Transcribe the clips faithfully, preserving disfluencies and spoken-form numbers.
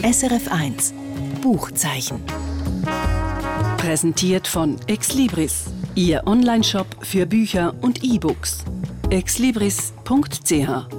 S R F eins Buchzeichen. Präsentiert von Exlibris, Ihr Onlineshop für Bücher und E-Books. exlibris punkt c h.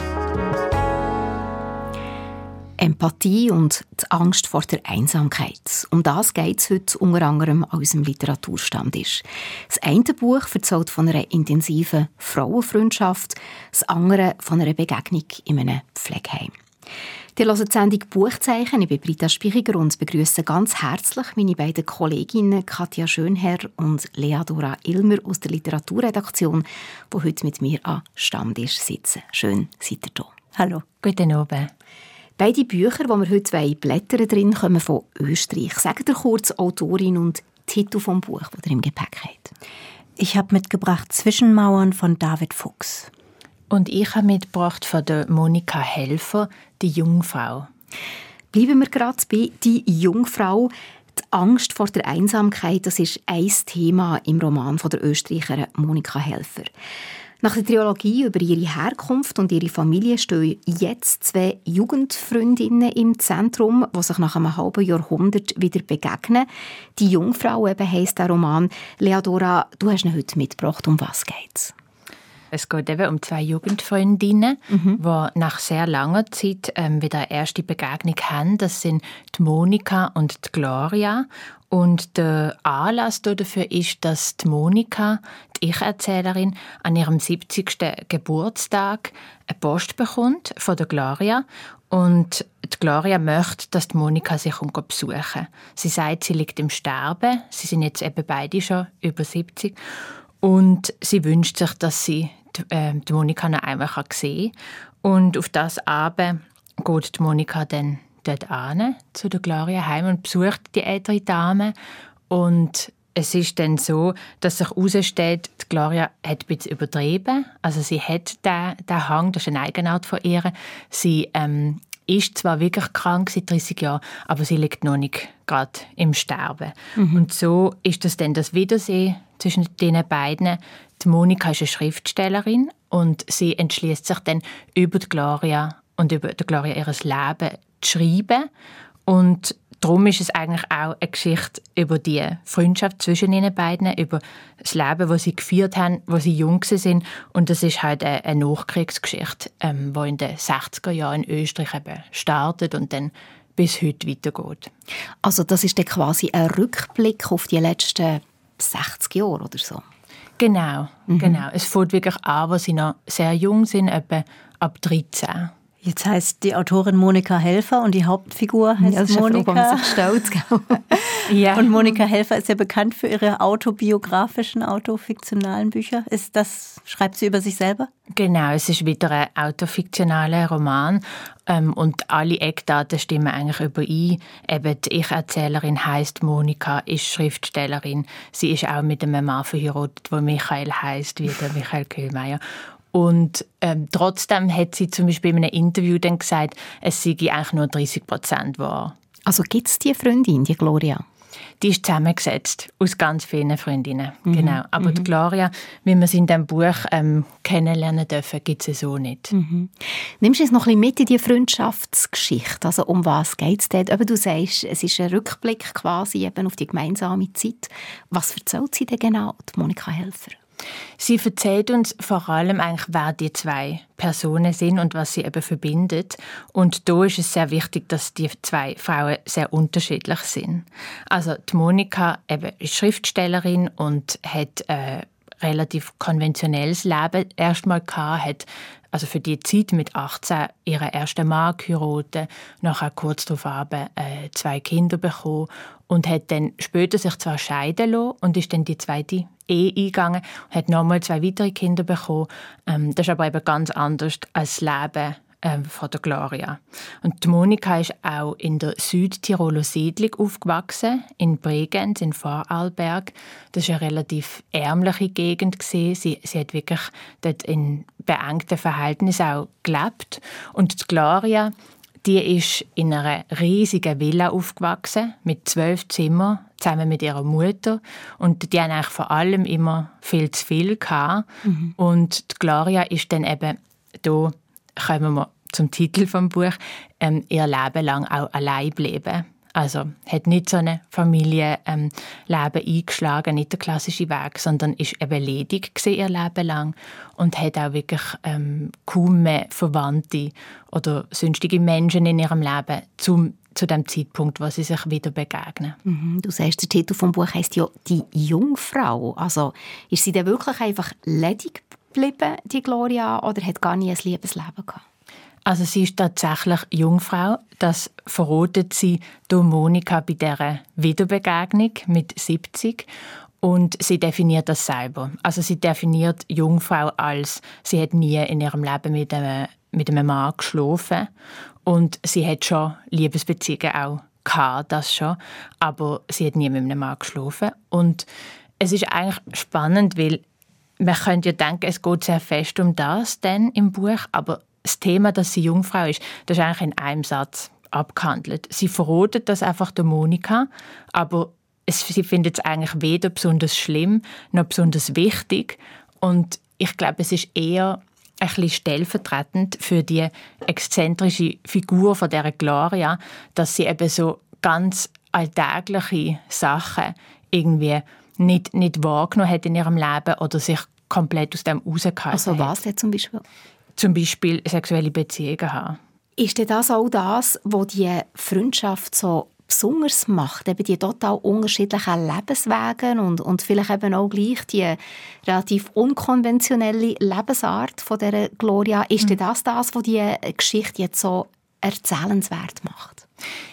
Empathie und die Angst vor der Einsamkeit. Um das geht es heute unter anderem an unserem Literaturstammtisch. Das eine Buch erzählt von einer intensiven Frauenfreundschaft, das andere von einer Begegnung in einem Pflegeheim. Die hören die Sendung «Buchzeichen». Ich bin Britta Spichiger und begrüße ganz herzlich meine beiden Kolleginnen Katja Schönherr und Leadora Ilmer aus der Literaturredaktion, die heute mit mir am Stammtisch sitzen. Schön, seid ihr da. Hallo. Guten Abend. Beide Bücher, die wir heute blättern drin, kommen von Österreich. Sagt ihr kurz Autorin und Titel vom Buch, das ihr im Gepäck habt? Ich habe mitgebracht «Zwischenmauern» von David Fuchs. Und ich habe mitgebracht von der Monika Helfer, «Die Jungfrau». Bleiben wir gerade bei «Die Jungfrau». Die Angst vor der Einsamkeit, das ist ein Thema im Roman von der Österreicherin Monika Helfer. Nach der Trilogie über ihre Herkunft und ihre Familie stehen jetzt zwei Jugendfreundinnen im Zentrum, die sich nach einem halben Jahrhundert wieder begegnen. «Die Jungfrau» eben heisst der Roman. Leadora, du hast ihn heute mitgebracht. Um was geht's? Es geht eben um zwei Jugendfreundinnen, mhm. die nach sehr langer Zeit ähm, wieder eine erste Begegnung haben. Das sind die Monika und die Gloria. Und der Anlass dafür ist, dass die Monika, die Ich-Erzählerin, an ihrem siebzigsten Geburtstag eine Post bekommt von der Gloria. Und die Gloria möchte, dass die Monika sich besuchen kann. Sie sagt, sie liegt im Sterben. Sie sind jetzt eben beide schon über siebzig. Und sie wünscht sich, dass sie die, äh, die Monika noch einmal sehen kann. Und auf das Abend geht die Monika dann dort hin, zu der Gloria heim und besucht die ältere Dame. Und es ist dann so, dass sich herausstellt, die Gloria hat ein bisschen übertrieben. Also sie hat den, den Hang, das ist eine Eigenart von ihr. Sie ähm, ist zwar wirklich krank seit dreißig Jahren, aber sie liegt noch nicht gerade im Sterben. Mhm. Und so ist das dann das Wiedersehen zwischen den beiden. Die Monika ist eine Schriftstellerin und sie entschließt sich dann über die Gloria und über die Gloria ihres Leben zu schreiben. Und darum ist es eigentlich auch eine Geschichte über die Freundschaft zwischen ihnen beiden, über das Leben, das sie geführt haben, wo sie jung sind. Und das ist halt eine, eine Nachkriegsgeschichte, ähm, die in den sechziger Jahren in Österreich eben startet und dann bis heute weitergeht. Also das ist dann quasi ein Rückblick auf die letzten sechzig Jahre oder so? Genau, mhm. genau. Es fängt wirklich an, als sie noch sehr jung sind, etwa ab dreizehn. Jetzt heisst die Autorin Monika Helfer und die Hauptfigur heißt ja, das Monika. Ist stolz, ja. Und Monika Helfer ist ja bekannt für ihre autobiografischen, autofiktionalen Bücher. Ist das, schreibt sie über sich selber? Genau, es ist wieder ein autofiktionaler Roman ähm, und alle Eckdaten stimmen eigentlich überein. Eben die Ich-Erzählerin heisst Monika, ist Schriftstellerin. Sie ist auch mit einem Mann verheiratet, der Michael heisst, wie der Michael Köhlmeier. Und ähm, trotzdem hat sie zum Beispiel in einem Interview dann gesagt, es sei eigentlich nur dreißig Prozent wahr. Also gibt es die Freundin, die Gloria? Die ist zusammengesetzt aus ganz vielen Freundinnen, mhm. genau. Aber mhm. die Gloria, wie wir sie in diesem Buch ähm, kennenlernen dürfen, gibt es so nicht. Mhm. Nimmst du jetzt noch ein bisschen mit in die Freundschaftsgeschichte? Also um was geht es dort? Du sagst, es ist ein Rückblick quasi eben auf die gemeinsame Zeit. Was erzählt sie denn genau, die Monika Helfer? Sie erzählt uns vor allem eigentlich, wer die zwei Personen sind und was sie eben verbindet. Und da ist es sehr wichtig, dass die zwei Frauen sehr unterschiedlich sind. Also die Monika eben ist Schriftstellerin und hat ein relativ konventionelles Leben erstmal gehabt, hat also für die Zeit mit achtzehn ihren ersten Mann geheiratet, nachher kurz darauf äh, zwei Kinder bekommen und hat dann später sich zwar scheiden lassen und ist dann die zweite Ehe eingegangen und hat nochmal zwei weitere Kinder bekommen. Ähm, das ist aber eben ganz anders als das Leben ähm, von der Gloria. Und die Monika ist auch in der Südtiroler Siedlung aufgewachsen, in Bregenz, in Vorarlberg. Das war eine relativ ärmliche Gegend. Sie, sie hat wirklich dort in beengten Verhältnissen auch gelebt. Und die Gloria, die ist in einer riesigen Villa aufgewachsen, mit zwölf Zimmern, zusammen mit ihrer Mutter. Und die hatten eigentlich vor allem immer viel zu viel gehabt. Mhm. Und die Gloria ist dann eben, da kommen wir zum Titel vom Buch, ähm, ihr Leben lang auch allein bleiben. Also hat nicht so ein Familienleben ähm, eingeschlagen, nicht der klassische Weg, sondern ist eben ledig gewesen, ihr Leben lang und hat auch wirklich ähm, kaum mehr Verwandte oder sonstige Menschen in ihrem Leben zum, zu dem Zeitpunkt, wo sie sich wieder begegnen. Mhm, du sagst, der Titel des Buches heisst ja «Die Jungfrau». Also ist sie denn wirklich einfach ledig geblieben, die Gloria, oder hat gar nie ein Liebesleben gehabt? Also sie ist tatsächlich Jungfrau. Das verratet sie durch Monika bei dieser Wiederbegegnung mit siebzig. Und sie definiert das selber. Also sie definiert Jungfrau als, sie hat nie in ihrem Leben mit einem, mit einem Mann geschlafen. Und sie hat schon Liebesbeziehungen auch gehabt, das schon. Aber sie hat nie mit einem Mann geschlafen. Und es ist eigentlich spannend, weil man könnte ja denken, es geht sehr fest um das dann im Buch, aber das Thema, dass sie Jungfrau ist, das ist eigentlich in einem Satz abgehandelt. Sie verratet das einfach der Monika, aber es, sie findet es eigentlich weder besonders schlimm noch besonders wichtig. Und ich glaube, es ist eher ein bisschen stellvertretend für die exzentrische Figur von dieser Gloria, dass sie eben so ganz alltägliche Sachen irgendwie nicht, nicht wahrgenommen hat in ihrem Leben oder sich komplett aus dem rausgehalten hat. Also was denn zum Beispiel? Zum Beispiel sexuelle Beziehungen haben. Ist denn das auch das, was die Freundschaft so besonders macht? Eben die total unterschiedlichen Lebenswege und, und vielleicht eben auch gleich die relativ unkonventionelle Lebensart von dieser Gloria. Ist mhm. denn das das, was die Geschichte jetzt so erzählenswert macht?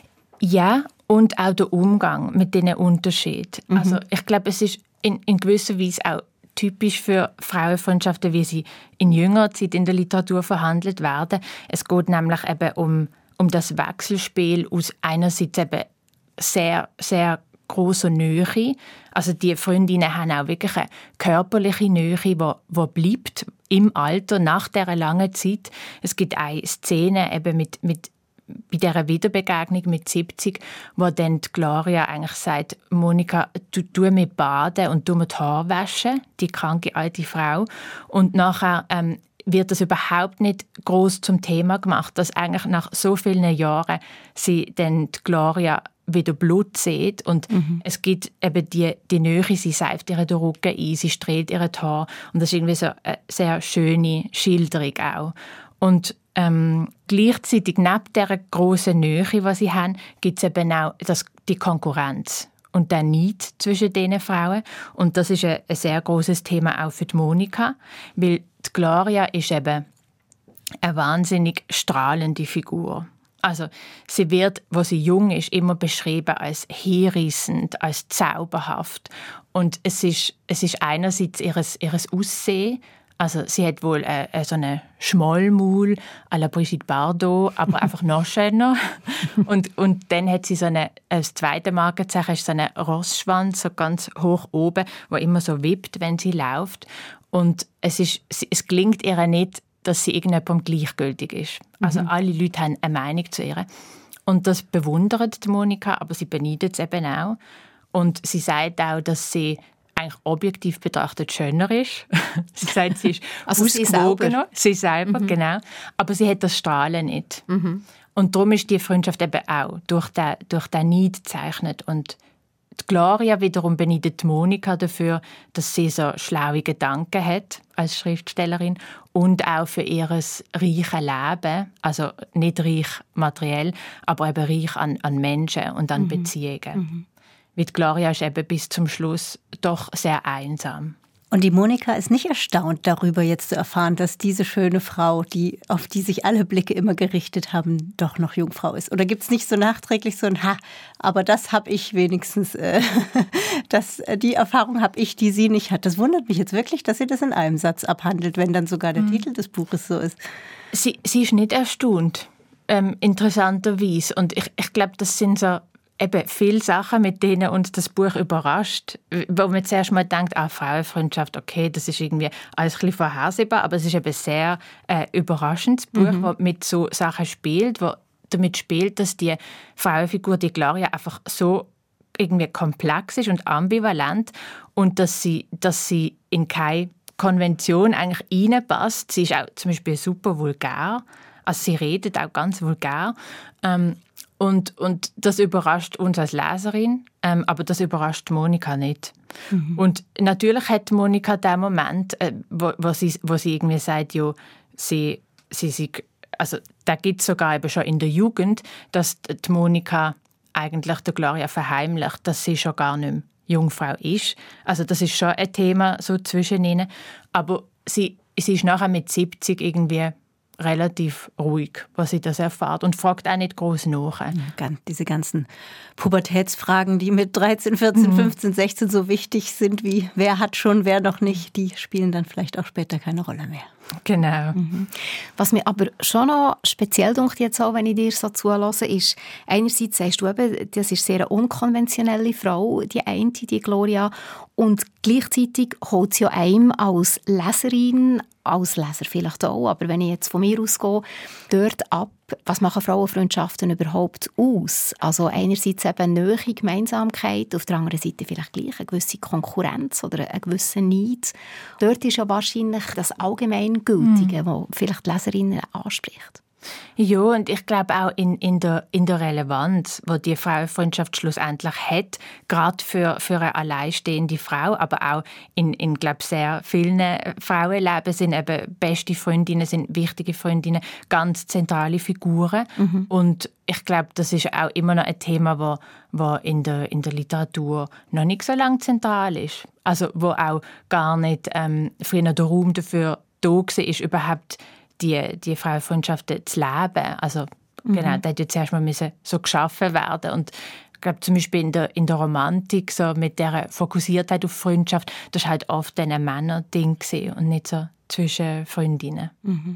Ja, und auch der Umgang mit diesen Unterschieden. Mhm. Also ich glaube, es ist in, in gewisser Weise auch typisch für Frauenfreundschaften, wie sie in jüngerer Zeit in der Literatur verhandelt werden. Es geht nämlich eben um, um das Wechselspiel aus einerseits eben sehr, sehr grosser Nähe. Also die Freundinnen haben auch wirklich eine körperliche Nähe, die, die bleibt im Alter, nach dieser langen Zeit. Es gibt eine Szene eben mit, mit bei dieser Wiederbegegnung mit siebzig, wo dann die Gloria eigentlich sagt, Monika, du tu mir baden und tu mir die Haare waschen, die kranke alte Frau. Und nachher ähm, wird das überhaupt nicht groß zum Thema gemacht, dass eigentlich nach so vielen Jahren sie dann die Gloria wieder Blut sieht und mhm. es gibt eben die, die Nähe, sie seift ihr den Rücken ein, sie streicht ihr Haar und das ist irgendwie so eine sehr schöne Schilderung auch. Und Ähm, gleichzeitig neben dieser grossen Nähe, die sie haben, gibt es eben auch das, die Konkurrenz und den Neid zwischen diesen Frauen. Und das ist ein, ein sehr grosses Thema auch für die Monika, weil die Gloria ist eben eine wahnsinnig strahlende Figur. Also sie wird, wo sie jung ist, immer beschrieben als hinreissend, als zauberhaft. Und es ist, es ist einerseits ihres, ihres Aussehen. Also sie hat wohl äh, äh, so einen Schmollmaul à la Brigitte Bardot, aber einfach noch schöner. Und, und dann hat sie so eine, als zweite Markenzeichen ist so einen Rossschwanz, so ganz hoch oben, der immer so wippt, wenn sie läuft. Und es, ist, es gelingt ihr nicht, dass sie irgendjemandem gleichgültig ist. Also mhm. alle Leute haben eine Meinung zu ihr. Und das bewundert die Monika, aber sie beneidet es eben auch. Und sie sagt auch, dass sie eigentlich objektiv betrachtet schöner ist. Sie sagt, sie ist also ausgewogener. Sie selber, mhm. genau. Aber sie hat das Strahlen nicht. Mhm. Und darum ist die Freundschaft eben auch durch den, durch den Neid gezeichnet. Und die Gloria wiederum beneidet Monika dafür, dass sie so schlaue Gedanken hat als Schriftstellerin und auch für ihr reiches Leben, also nicht reich materiell, aber eben reich an, an Menschen und an mhm. Beziehungen. Mhm. Weil Gloria ist eben bis zum Schluss doch sehr einsam. Und die Monika ist nicht erstaunt darüber, jetzt zu erfahren, dass diese schöne Frau, die, auf die sich alle Blicke immer gerichtet haben, doch noch Jungfrau ist. Oder gibt es nicht so nachträglich so ein Ha, aber das habe ich wenigstens, äh, das, die Erfahrung habe ich, die sie nicht hat. Das wundert mich jetzt wirklich, dass sie das in einem Satz abhandelt, wenn dann sogar der mhm. Titel des Buches so ist. Sie, sie ist nicht erstaunt, ähm, interessanterweise. Und ich, ich glaube, das sind so eben viele Sachen, mit denen uns das Buch überrascht, wo man zuerst mal denkt, ah, Frauenfreundschaft, okay, das ist irgendwie alles ein bisschen vorhersehbar, aber es ist eben ein sehr äh, überraschendes Buch, mhm. das mit so Sachen spielt, wo damit spielt, dass die Frauenfigur, die Gloria, einfach so irgendwie komplex ist und ambivalent und dass sie, dass sie in keine Konvention eigentlich reinpasst. Sie ist auch zum Beispiel super vulgär. Also sie redet auch ganz vulgär. Ähm, und, und das überrascht uns als Leserin, ähm, aber das überrascht Monika nicht. Mhm. Und natürlich hat Monika den Moment, äh, wo, wo, sie, wo sie irgendwie sagt, ja, sie, sie, sie also da gibt es sogar eben schon in der Jugend, dass die Monika eigentlich der Gloria verheimlicht, dass sie schon gar nicht mehr Jungfrau ist. Also das ist schon ein Thema so zwischen ihnen. Aber sie, sie ist nachher mit siebzig irgendwie relativ ruhig, was sie das erfährt und fragt auch nicht groß nach. Diese ganzen Pubertätsfragen, die mit dreizehn, vierzehn, mhm. fünfzehn, sechzehn so wichtig sind wie wer hat schon, wer noch nicht, die spielen dann vielleicht auch später keine Rolle mehr. Genau. Mhm. Was mir aber schon noch speziell denkt jetzt auch, wenn ich dir so zuhöre, ist, einerseits sagst du eben, das ist sehr eine unkonventionelle Frau, die eine, die Gloria, und gleichzeitig holt sie ja einem als Leserin, als Leser vielleicht auch, aber wenn ich jetzt von mir ausgehe, dort ab, was machen Frauenfreundschaften überhaupt aus? Also einerseits eben Nähe, Gemeinsamkeit, auf der anderen Seite vielleicht gleich eine gewisse Konkurrenz oder ein gewisser Neid. Dort ist ja wahrscheinlich das Allgemeingültige, das mm. vielleicht die Leserinnen anspricht. Ja, und ich glaube auch in, in, der, in der Relevanz, die die Frauenfreundschaft schlussendlich hat, gerade für, für eine alleinstehende Frau, aber auch in, in glaube sehr vielen Frauenleben sind eben beste Freundinnen, sind wichtige Freundinnen, ganz zentrale Figuren. Mhm. Und ich glaube, das ist auch immer noch ein Thema, das wo, wo in, der, in der Literatur noch nicht so lange zentral ist. Also wo auch gar nicht ähm, früher der Raum dafür da war, ist überhaupt die, die Frauenfreundschaften zu leben. Also, mhm. genau, da musste zuerst mal so geschaffen werden. Und ich glaube, zum Beispiel in der, in der Romantik, so mit dieser Fokussiertheit auf Freundschaft, das war halt oft ein Männerding und nicht so zwischen Freundinnen. Mhm.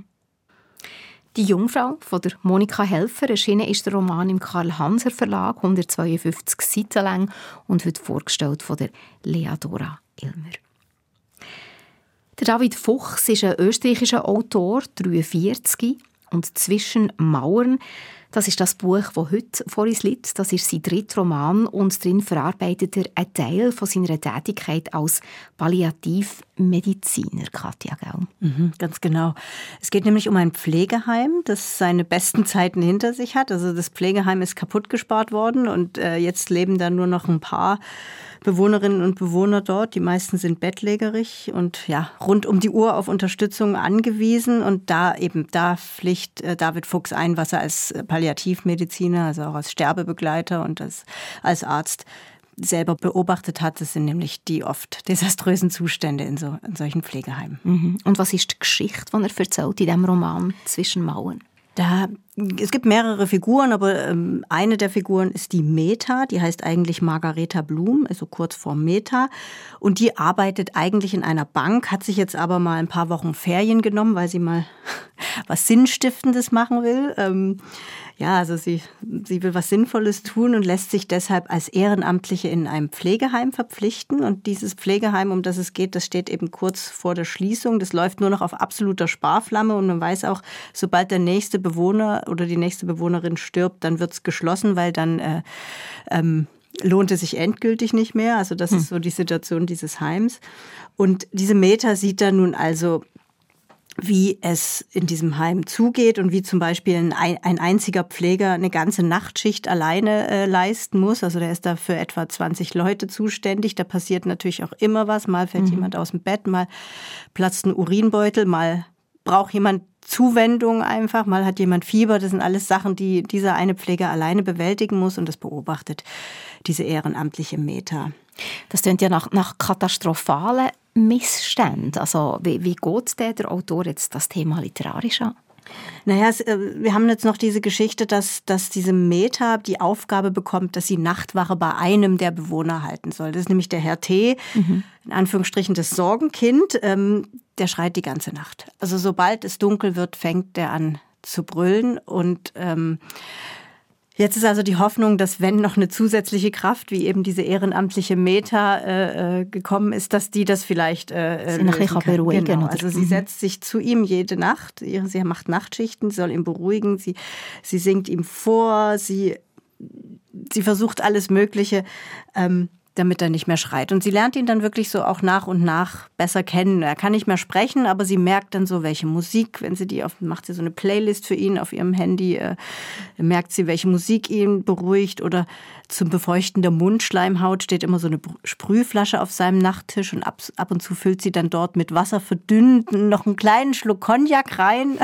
«Die Jungfrau» von der Monika Helfer. Erschienen ist der Roman im Karl-Hanser Verlag, hundertzweiundfünfzig Seiten lang und wird vorgestellt von der Lea-Dora Ilmer. Der David Fuchs ist ein österreichischer Autor, dreiundvierzig, und «Zwischen Mauern», das ist das Buch, das heute vor uns liegt. Das ist sein dritter Roman und darin verarbeitet er einen Teil von seiner Tätigkeit als Palliativmediziner, Katja, gell? Mhm, ganz genau. Es geht nämlich um ein Pflegeheim, das seine besten Zeiten hinter sich hat. Also das Pflegeheim ist kaputt gespart worden und äh, jetzt leben da nur noch ein paar Bewohnerinnen und Bewohner dort. Die meisten sind bettlägerig und ja, rund um die Uhr auf Unterstützung angewiesen. Und da eben, da pflicht äh, David Fuchs ein, was er als Palliativmediziner, also auch als Sterbebegleiter und als, als Arzt selber beobachtet hat. Das sind nämlich die oft desaströsen Zustände in, so, in solchen Pflegeheimen. Mhm. Und was ist die Geschichte, die er erzählt in diesem Roman «Zwischen Mauern»? Da, es gibt mehrere Figuren, aber ähm, eine der Figuren ist die Meta, die heißt eigentlich Margareta Blum, also kurz vor Meta. Und die arbeitet eigentlich in einer Bank, hat sich jetzt aber mal ein paar Wochen Ferien genommen, weil sie mal was Sinnstiftendes machen will. Ähm, ja, also sie, sie will was Sinnvolles tun und lässt sich deshalb als Ehrenamtliche in einem Pflegeheim verpflichten. Und dieses Pflegeheim, um das es geht, das steht eben kurz vor der Schließung. Das läuft nur noch auf absoluter Sparflamme und man weiß auch, sobald der nächste Bewohner oder die nächste Bewohnerin stirbt, dann wird es geschlossen, weil dann äh, ähm, lohnt es sich endgültig nicht mehr. Also das hm. ist so die Situation dieses Heims. Und diese Meta sieht dann nun also, wie es in diesem Heim zugeht und wie zum Beispiel ein, ein einziger Pfleger eine ganze Nachtschicht alleine äh, leisten muss. Also der ist da für etwa zwanzig Leute zuständig. Da passiert natürlich auch immer was. Mal fällt mhm. jemand aus dem Bett, mal platzt ein Urinbeutel, mal braucht jemand Zuwendung einfach, mal hat jemand Fieber. Das sind alles Sachen, die dieser eine Pfleger alleine bewältigen muss und das beobachtet diese ehrenamtliche Meta. Das klingt ja nach, nach katastrophalen Missständen. Also wie, wie geht der, der Autor jetzt das Thema literarisch an? Naja, es, äh, wir haben jetzt noch diese Geschichte, dass, dass diese Meta die Aufgabe bekommt, dass sie Nachtwache bei einem der Bewohner halten soll. Das ist nämlich der Herr T., mhm. in Anführungsstrichen das Sorgenkind, ähm, der schreit die ganze Nacht. Also sobald es dunkel wird, fängt der an zu brüllen und ähm, jetzt ist also die Hoffnung, dass wenn noch eine zusätzliche Kraft, wie eben diese ehrenamtliche Meta äh, gekommen ist, dass die das vielleicht äh, sie kann beruhigen. Genau. Also sie setzt sich zu ihm jede Nacht, sie macht Nachtschichten, sie soll ihn beruhigen, sie, sie singt ihm vor, sie, sie versucht alles Mögliche, ähm, damit er nicht mehr schreit. Und sie lernt ihn dann wirklich so auch nach und nach besser kennen. Er kann nicht mehr sprechen, aber sie merkt dann so, welche Musik, wenn sie die auf, macht sie so eine Playlist für ihn auf ihrem Handy, äh, merkt sie, welche Musik ihn beruhigt, oder zum Befeuchten der Mundschleimhaut steht immer so eine Sprühflasche auf seinem Nachttisch und ab, ab und zu füllt sie dann dort mit Wasser verdünnt noch einen kleinen Schluck Cognac rein.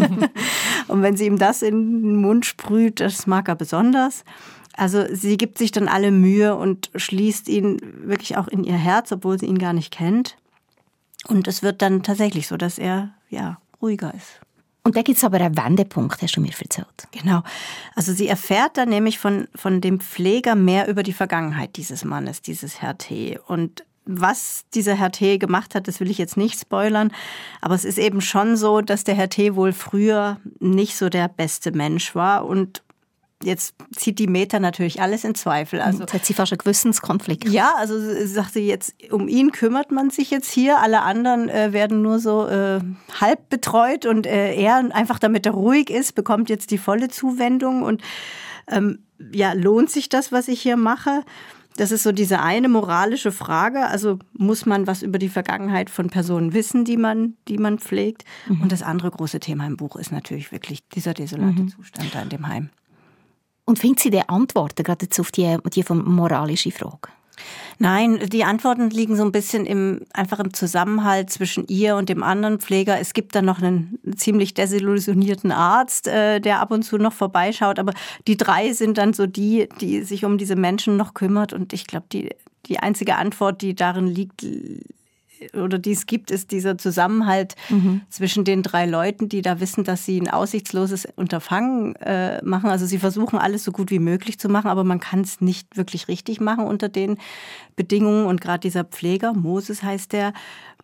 Und wenn sie ihm das in den Mund sprüht, das mag er besonders. Also sie gibt sich dann alle Mühe und schließt ihn wirklich auch in ihr Herz, obwohl sie ihn gar nicht kennt. Und es wird dann tatsächlich so, dass er ja ruhiger ist. Und da gibt es aber einen Wendepunkt, hast du mir erzählt. Genau. Also sie erfährt dann nämlich von, von dem Pfleger mehr über die Vergangenheit dieses Mannes, dieses Herr T. Und was dieser Herr T. gemacht hat, das will ich jetzt nicht spoilern. Aber es ist eben schon so, dass der Herr T. wohl früher nicht so der beste Mensch war. Und jetzt zieht die Meta natürlich alles in Zweifel. Also jetzt hat sie fast einen Gewissenskonflikt. Ja, also sagt sie jetzt, um ihn kümmert man sich jetzt hier. Alle anderen äh, werden nur so äh, halb betreut. Und äh, er, einfach damit er ruhig ist, bekommt jetzt die volle Zuwendung. Und ähm, ja, lohnt sich das, was ich hier mache? Das ist so diese eine moralische Frage. Also muss man was über die Vergangenheit von Personen wissen, die man, die man pflegt? Mhm. Und das andere große Thema im Buch ist natürlich wirklich dieser desolate mhm. Zustand da in dem Heim. Und findet sie die Antworten gerade jetzt auf die, die moralische Frage? Nein, die Antworten liegen so ein bisschen im, einfach im Zusammenhalt zwischen ihr und dem anderen Pfleger. Es gibt dann noch einen ziemlich desillusionierten Arzt, äh, der ab und zu noch vorbeischaut. Aber die drei sind dann so die, die sich um diese Menschen noch kümmert. Und ich glaube, die, die einzige Antwort, die darin liegt, oder die es gibt, ist dieser Zusammenhalt mhm. zwischen den drei Leuten, die da wissen, dass sie ein aussichtsloses Unterfangen äh, machen. Also sie versuchen alles so gut wie möglich zu machen, aber man kann es nicht wirklich richtig machen unter den Bedingungen. Und gerade dieser Pfleger, Moses heißt der,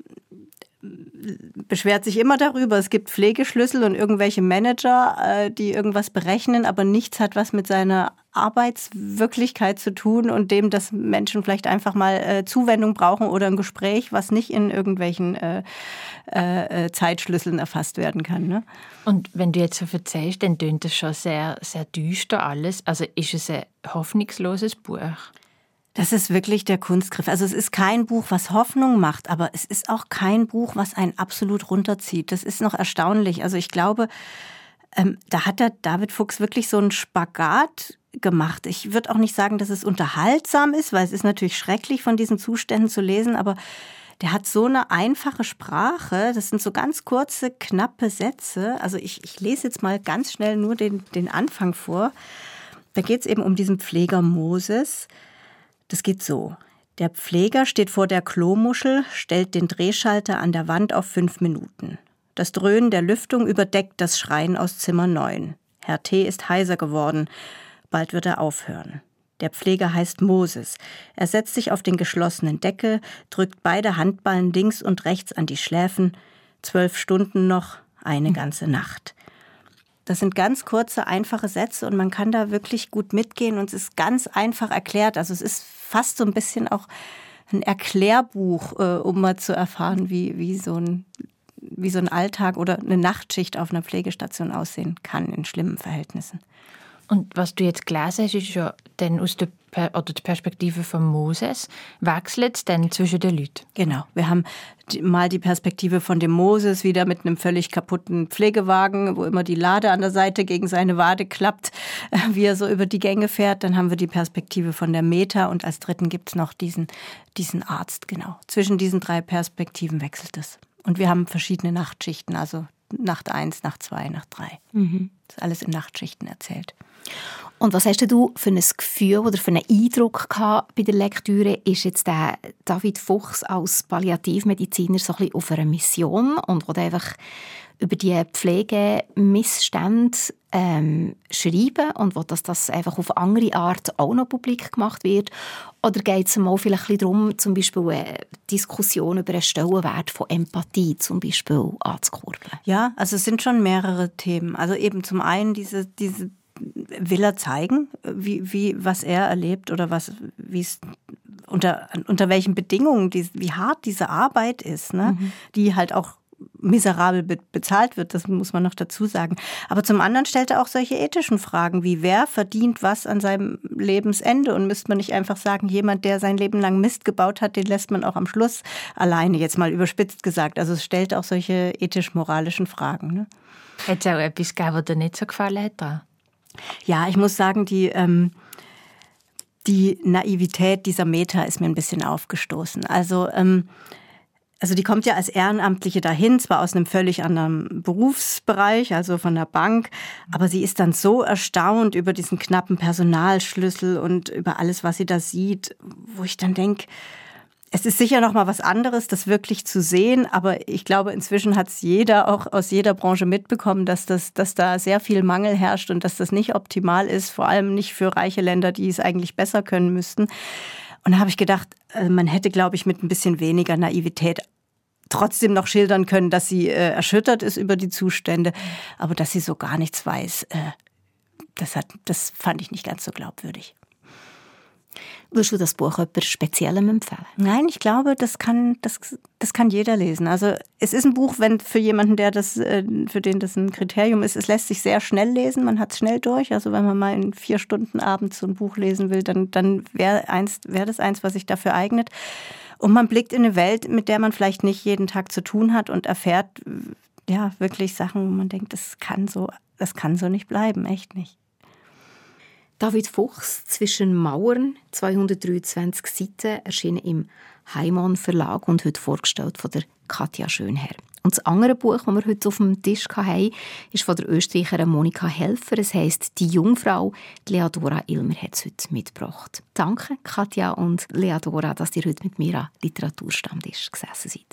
beschwert sich immer darüber. Es gibt Pflegeschlüssel und irgendwelche Manager, äh, die irgendwas berechnen, aber nichts hat was mit seiner Arbeitswirklichkeit zu tun und dem, dass Menschen vielleicht einfach mal äh, Zuwendung brauchen oder ein Gespräch, was nicht in irgendwelchen äh, äh, Zeitschlüsseln erfasst werden kann. Ne? Und wenn du jetzt so erzählst, dann tönt das schon sehr, sehr düster alles. Also ist es ein hoffnungsloses Buch? Das ist wirklich der Kunstgriff. Also es ist kein Buch, was Hoffnung macht, aber es ist auch kein Buch, was einen absolut runterzieht. Das ist noch erstaunlich. Also ich glaube, ähm, da hat der David Fuchs wirklich so einen Spagat gemacht. Ich würde auch nicht sagen, dass es unterhaltsam ist, weil es ist natürlich schrecklich, von diesen Zuständen zu lesen, aber der hat so eine einfache Sprache. Das sind so ganz kurze, knappe Sätze. Also ich, ich lese jetzt mal ganz schnell nur den, den Anfang vor. Da geht es eben um diesen Pfleger Moses. Das geht so. Der Pfleger steht vor der Klomuschel, stellt den Drehschalter an der Wand auf fünf Minuten. Das Dröhnen der Lüftung überdeckt das Schreien aus Zimmer neun. Herr T. ist heiser geworden. Bald wird er aufhören. Der Pfleger heißt Moses. Er setzt sich auf den geschlossenen Deckel, drückt beide Handballen links und rechts an die Schläfen. Zwölf Stunden noch, eine ganze Nacht. Das sind ganz kurze, einfache Sätze und man kann da wirklich gut mitgehen und es ist ganz einfach erklärt. Also es ist fast so ein bisschen auch ein Erklärbuch, äh, um mal zu erfahren, wie, wie, so ein, wie so ein Alltag oder eine Nachtschicht auf einer Pflegestation aussehen kann in schlimmen Verhältnissen. Und was du jetzt gelesen hast, ist ja dann aus der, per- oder der Perspektive von Moses. Wechselt es dann zwischen den Leuten? Genau. Wir haben die, mal die Perspektive von dem Moses wieder mit einem völlig kaputten Pflegewagen, wo immer die Lade an der Seite gegen seine Wade klappt, wie er so über die Gänge fährt. Dann haben wir die Perspektive von der Meta und als dritten gibt es noch diesen, diesen Arzt. Genau. Zwischen diesen drei Perspektiven wechselt es. Und wir haben verschiedene Nachtschichten, also Nacht eins, Nacht zwei, Nacht drei. Mhm. Das ist alles in Nachtschichten erzählt. Und was hast du für ein Gefühl oder für einen Eindruck gehabt bei der Lektüre? Ist jetzt der David Fuchs als Palliativmediziner so ein bisschen auf einer Mission und will einfach über die Pflegemissstände ähm, schreiben und will, dass das einfach auf andere Art auch noch publik gemacht wird? Oder geht es mal vielleicht ein bisschen darum, zum Beispiel eine Diskussion über den Stellenwert von Empathie zum Beispiel anzukurbeln? Ja, also es sind schon mehrere Themen. Also eben zum einen diese, diese will er zeigen, wie, wie, was er erlebt oder was, wie es unter, unter welchen Bedingungen, die, wie hart diese Arbeit ist, ne? Mhm. Die halt auch miserabel be- bezahlt wird, das muss man noch dazu sagen. Aber zum anderen stellt er auch solche ethischen Fragen wie, wer verdient was an seinem Lebensende? Und müsste man nicht einfach sagen, jemand, der sein Leben lang Mist gebaut hat, den lässt man auch am Schluss alleine, jetzt mal überspitzt gesagt. Also es stellt auch solche ethisch-moralischen Fragen. Ne? Hat es auch etwas gegeben, was dir nicht so gefallen hat? Ja, ich muss sagen, die, ähm, die Naivität dieser Meta ist mir ein bisschen aufgestoßen. Also, ähm, also die kommt ja als Ehrenamtliche dahin, zwar aus einem völlig anderen Berufsbereich, also von der Bank, aber sie ist dann so erstaunt über diesen knappen Personalschlüssel und über alles, was sie da sieht, wo ich dann denke, es ist sicher noch mal was anderes, das wirklich zu sehen, aber ich glaube, inzwischen hat es jeder auch aus jeder Branche mitbekommen, dass, das, dass da sehr viel Mangel herrscht und dass das nicht optimal ist, vor allem nicht für reiche Länder, die es eigentlich besser können müssten. Und da habe ich gedacht, man hätte, glaube ich, mit ein bisschen weniger Naivität trotzdem noch schildern können, dass sie äh, erschüttert ist über die Zustände, aber dass sie so gar nichts weiß, äh, das, hat, das fand ich nicht ganz so glaubwürdig. Würdest du das Buch jemandem Speziellem empfehlen? Nein, ich glaube, das kann, das, das kann jeder lesen. Also es ist ein Buch, wenn für jemanden, der das, für den das ein Kriterium ist, es lässt sich sehr schnell lesen, man hat es schnell durch. Also wenn man mal in vier Stunden abends so ein Buch lesen will, dann, dann wäre eins, wäre das eins, was sich dafür eignet. Und man blickt in eine Welt, mit der man vielleicht nicht jeden Tag zu tun hat und erfährt ja wirklich Sachen, wo man denkt, das kann so, das kann so nicht bleiben, echt nicht. David Fuchs, «Zwischen Mauern», zweihundertdreiundzwanzig Seiten, erschienen im Heimann Verlag und heute vorgestellt von der Katja Schönherr. Und das andere Buch, das wir heute auf dem Tisch hatten, ist von der Österreicherin Monika Helfer. Es heisst «Die Jungfrau». Leadora Ilmer hat es heute mitgebracht. Danke, Katja und Leadora, dass ihr heute mit mir am Literaturstammtisch gesessen seid.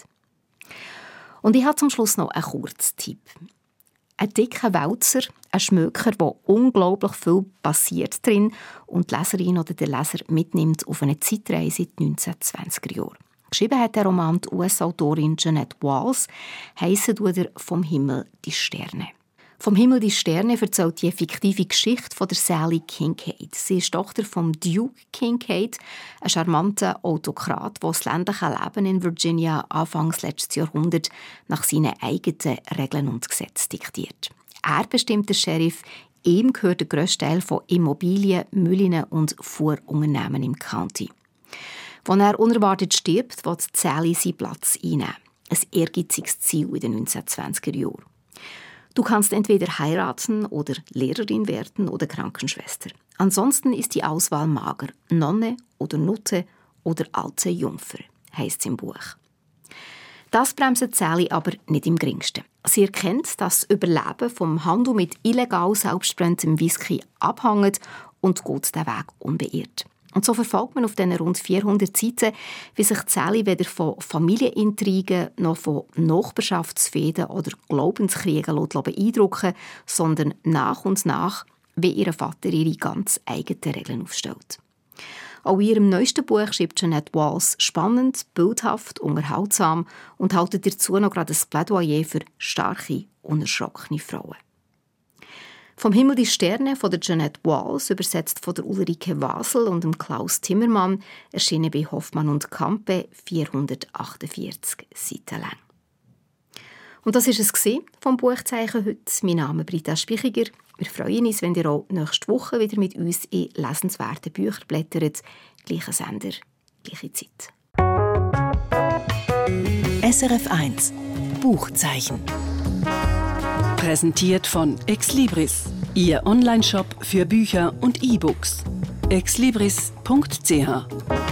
Und ich habe zum Schluss noch einen Kurztipp. Ein dicker Wälzer, ein Schmöker, wo unglaublich viel passiert drin und die Leserin oder der Leser mitnimmt auf eine Zeitreise in die neunzehnhundertzwanziger Jahre. Geschrieben hat der Roman die U S-Autorin Jeanette Walls, heissen tut er «Vom Himmel die Sterne». «Vom Himmel die Sterne» erzählt die fiktive Geschichte von der Sally Kincaid. Sie ist Tochter von Duke Kincaid, ein charmanter Autokrat, der das ländliche Leben in Virginia anfangs letztes Jahrhundert nach seinen eigenen Regeln und Gesetzen diktiert. Er bestimmt der Sheriff, ihm gehört der grösste Teil von Immobilien, Müllen und Fuhrunternehmen im County. Als er unerwartet stirbt, will Sally seinen Platz einnehmen. Ein ehrgeiziges Ziel in den neunzehnhundertzwanziger Jahren. Du kannst entweder heiraten oder Lehrerin werden oder Krankenschwester. Ansonsten ist die Auswahl mager. Nonne oder Nutte oder alte Jungfer, heisst es im Buch. Das bremst Sally aber nicht im geringsten. Sie erkennt, dass das Überleben vom Handel mit illegal selbstbrennendem Whisky abhängt und geht den Weg unbeirrt. Und so verfolgt man auf diesen rund vierhundert Seiten, wie sich Sally weder von Familienintrigen noch von Nachbarschaftsfehden oder Glaubenskriegen beeindrucken lässt, sondern nach und nach, wie ihr Vater ihre ganz eigenen Regeln aufstellt. Auch in ihrem neuesten Buch schreibt Jeanette Walls spannend, bildhaft, unterhaltsam und hält dazu noch gerade ein Plädoyer für starke, unerschrockene Frauen. «Vom Himmel die Sterne» von der Jeanette Walls, übersetzt von der Ulrike Wasel und dem Klaus Timmermann, erschienen bei Hoffmann und Campe, vierhundertachtundvierzig Seiten lang. Und das war es vom Buchzeichen heute. Mein Name ist Britta Spichiger. Wir freuen uns, wenn ihr auch nächste Woche wieder mit uns in lesenswerte Bücher blättert. Gleicher Sender, gleiche Zeit. S R F eins Buchzeichen. Präsentiert von Exlibris, Ihr Onlineshop für Bücher und E-Books. exlibris punkt c h